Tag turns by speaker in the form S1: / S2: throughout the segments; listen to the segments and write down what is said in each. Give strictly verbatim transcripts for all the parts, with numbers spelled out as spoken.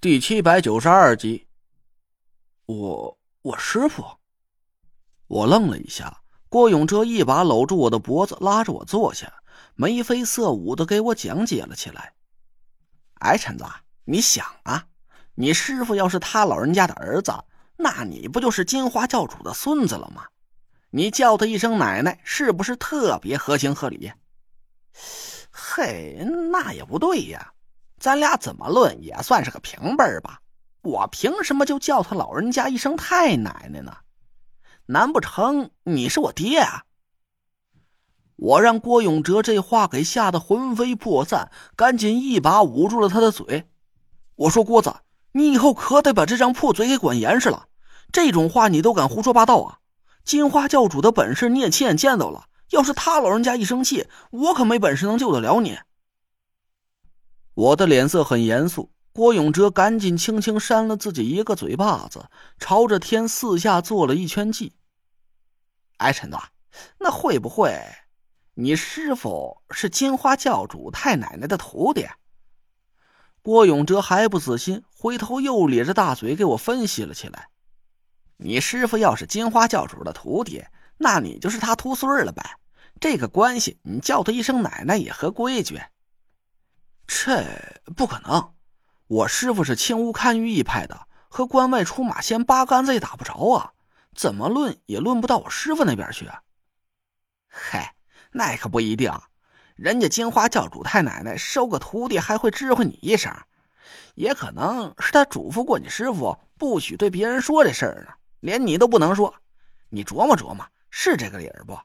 S1: 第七百九十二集。我我师傅。我愣了一下，郭永哲一把搂住我的脖子，拉着我坐下，眉飞色舞的给我讲解了起来。哎，陈子，你想啊，你师傅要是他老人家的儿子，那你不就是金花教主的孙子了吗？你叫他一声奶奶，是不是特别合情合理？嘿，那也不对呀，咱俩怎么论也算是个平辈吧，我凭什么就叫他老人家一声太奶奶呢？难不成你是我爹啊？我让郭永哲这话给吓得魂飞魄散，赶紧一把捂住了他的嘴。我说郭子，你以后可得把这张破嘴给管严实了，这种话你都敢胡说八道啊！金花教主的本事你也亲眼见到了，要是他老人家一生气，我可没本事能救得了你。我的脸色很严肃，郭永哲赶紧轻轻扇了自己一个嘴巴子，朝着天四下做了一圈记。哎，陈子，那会不会你师傅是金花教主太奶奶的徒弟？郭永哲还不死心，回头又咧着大嘴给我分析了起来。你师傅要是金花教主的徒弟，那你就是他徒孙了呗，这个关系你叫他一声奶奶也合规矩。这不可能，我师傅是清无堪舆一派的，和关外出马仙八竿子也打不着啊，怎么论也论不到我师傅那边去啊。嗨，那可不一定，人家金花教主太奶奶收个徒弟还会知会你一声，也可能是他嘱咐过你师傅不许对别人说这事儿呢，连你都不能说，你琢磨琢磨，是这个理儿不？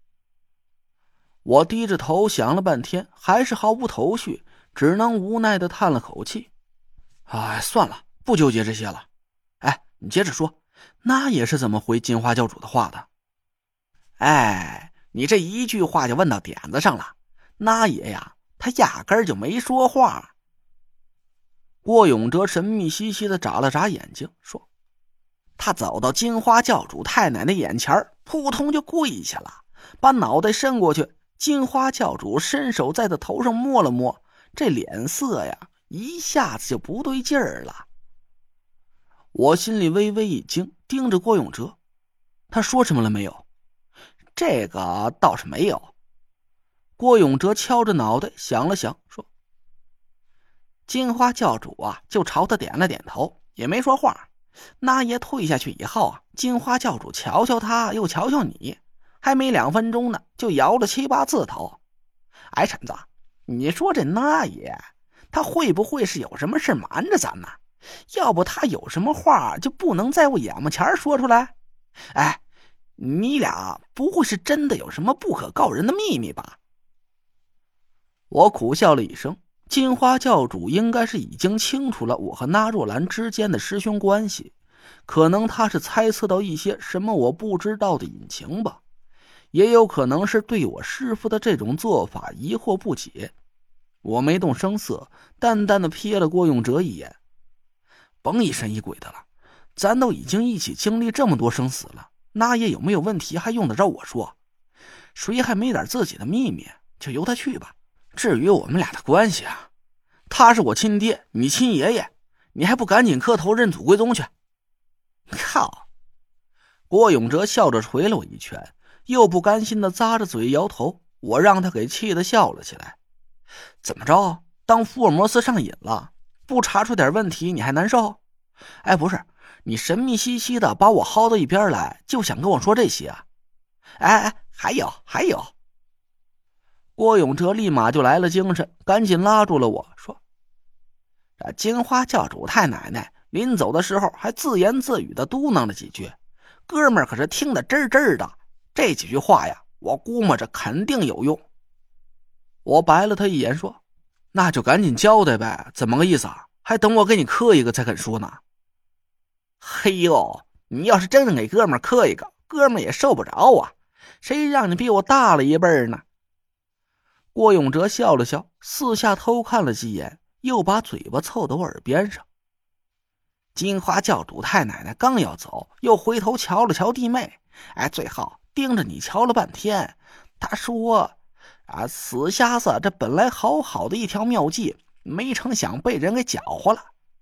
S1: 我低着头想了半天，还是毫无头绪，只能无奈的叹了口气。哎，算了，不纠结这些了。哎，你接着说，那也是怎么回金花教主的话的？哎，你这一句话就问到点子上了。那爷呀，他压根儿就没说话。郭永哲神秘兮兮的眨了眨眼睛，说：“他走到金花教主太奶奶眼前，扑通就跪下了，把脑袋伸过去。金花教主伸手在他头上摸了摸，这脸色呀，一下子就不对劲儿了。”我心里微微一惊，盯着郭永哲，他说什么了没有？这个倒是没有。郭永哲敲着脑袋想了想，说：“金花教主啊，就朝他点了点头，也没说话。那爷退下去以后啊，金花教主瞧瞧他，又瞧瞧你，还没两分钟呢，就摇了七八次头。哎，陈子，你说这那爷，他会不会是有什么事瞒着咱呢？要不他有什么话就不能在我眼巴前说出来？哎，你俩不会是真的有什么不可告人的秘密吧？”我苦笑了一声，金花教主应该是已经清楚了我和那若兰之间的师兄关系，可能他是猜测到一些什么我不知道的隐情吧，也有可能是对我师父的这种做法疑惑不解。我没动声色，淡淡的瞥了郭永哲一眼。甭疑神疑鬼的了，咱都已经一起经历这么多生死了，那爷有没有问题还用得着我说？谁还没点自己的秘密，就由他去吧。至于我们俩的关系啊，他是我亲爹，你亲爷爷，你还不赶紧磕头认祖归宗去？靠！郭永哲笑着捶了我一拳，又不甘心的咂着嘴摇头，我让他给气得笑了起来。怎么着，当福尔摩斯上瘾了，不查出点问题你还难受？哎，不是，你神秘兮兮的把我薅到一边来，就想跟我说这些啊？哎哎，还有还有。郭永哲立马就来了精神，赶紧拉住了我，说：“这金花教主太奶奶临走的时候还自言自语的嘟囔了几句，哥们儿可是听得真真的，这几句话呀，我估摸着肯定有用。”我白了他一眼，说：“那就赶紧交代呗，怎么个意思啊？还等我给你磕一个才肯说呢？”嘿呦，你要是真的给哥们儿磕一个，哥们儿也受不着啊，谁让你比我大了一辈呢？郭永哲笑了笑，四下偷看了几眼，又把嘴巴凑到我耳边上。金花教主太奶奶刚要走，又回头瞧了瞧弟妹，哎，最后盯着你瞧了半天。他说：“啊，死瞎子，这本来好好的一条妙计，没成想被人给搅和了。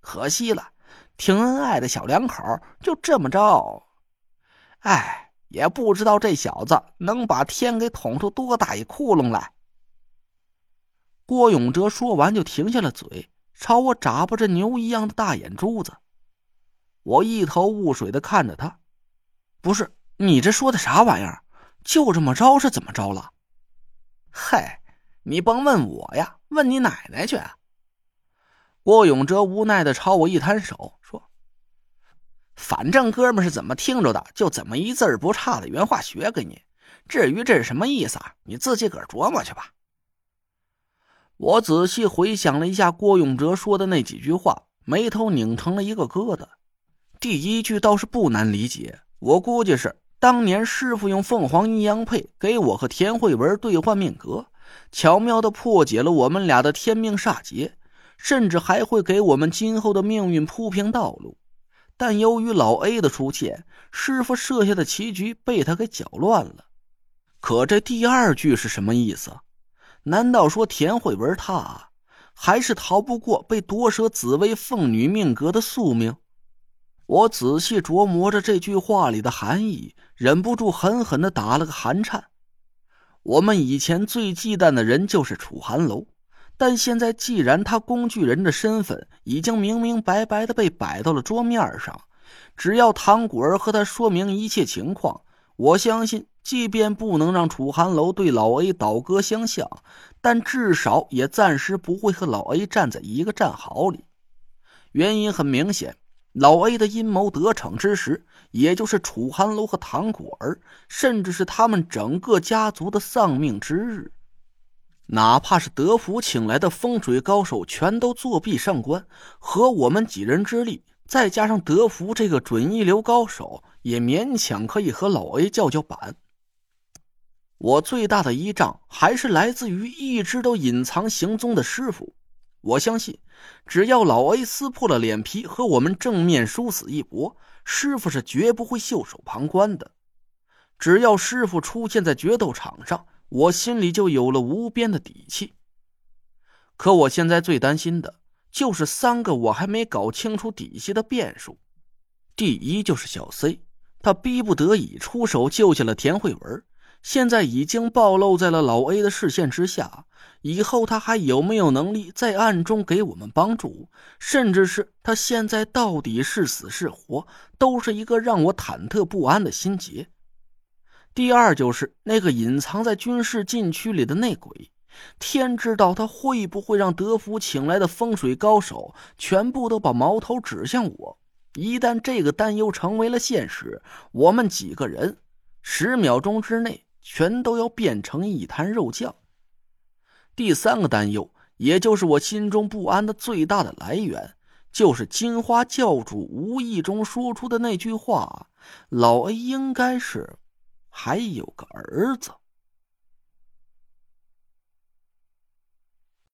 S1: 可惜了，挺恩爱的小两口就这么着。哎，也不知道这小子能把天给捅出多大一窟窿来。郭永哲说完就停下了嘴，朝我眨巴着牛一样的大眼珠子。我一头雾水的看着他，不是，你这说的啥玩意儿？就这么着是怎么着了？嗨，你甭问我呀，问你奶奶去啊。郭永哲无奈的朝我一摊手，说：反正哥们是怎么听着的，就怎么一字儿不差的原话学给你。至于这是什么意思啊，你自己个儿琢磨去吧。我仔细回想了一下郭永哲说的那几句话，眉头拧成了一个疙瘩。第一句倒是不难理解，我估计是当年师傅用凤凰阴阳配给我和田慧文兑换命格，巧妙地破解了我们俩的天命煞劫，甚至还会给我们今后的命运铺平道路。但由于老 A 的出现，师傅设下的棋局被他给搅乱了。可这第二句是什么意思？难道说田慧文他还是逃不过被夺舍紫薇凤女命格的宿命？我仔细琢磨着这句话里的含义，忍不住狠狠地打了个寒颤。我们以前最忌惮的人就是楚寒楼，但现在既然他工具人的身份已经明明白白地被摆到了桌面上，只要唐果儿和他说明一切情况，我相信即便不能让楚寒楼对老 A 倒戈相向，但至少也暂时不会和老 A 站在一个战壕里。原因很明显，老 A 的阴谋得逞之时，也就是楚寒楼和唐果儿，甚至是他们整个家族的丧命之日。哪怕是德福请来的风水高手全都作弊上官，和我们几人之力，再加上德福这个准一流高手，也勉强可以和老 A 叫叫板。我最大的依仗还是来自于一直都隐藏行踪的师傅。我相信只要老 A 撕破了脸皮和我们正面殊死一搏，师傅是绝不会袖手旁观的。只要师傅出现在决斗场上，我心里就有了无边的底气。可我现在最担心的就是三个我还没搞清楚底细的变数。第一就是小 C， 他逼不得已出手救下了田慧文，现在已经暴露在了老 A 的视线之下，以后他还有没有能力在暗中给我们帮助，甚至是他现在到底是死是活，都是一个让我忐忑不安的心结。第二就是那个隐藏在军事禁区里的内鬼，天知道他会不会让德福请来的风水高手全部都把矛头指向我。一旦这个担忧成为了现实，我们几个人十秒钟之内全都要变成一滩肉酱。第三个担忧，也就是我心中不安的最大的来源，就是金花教主无意中说出的那句话，老 A 应该是还有个儿子。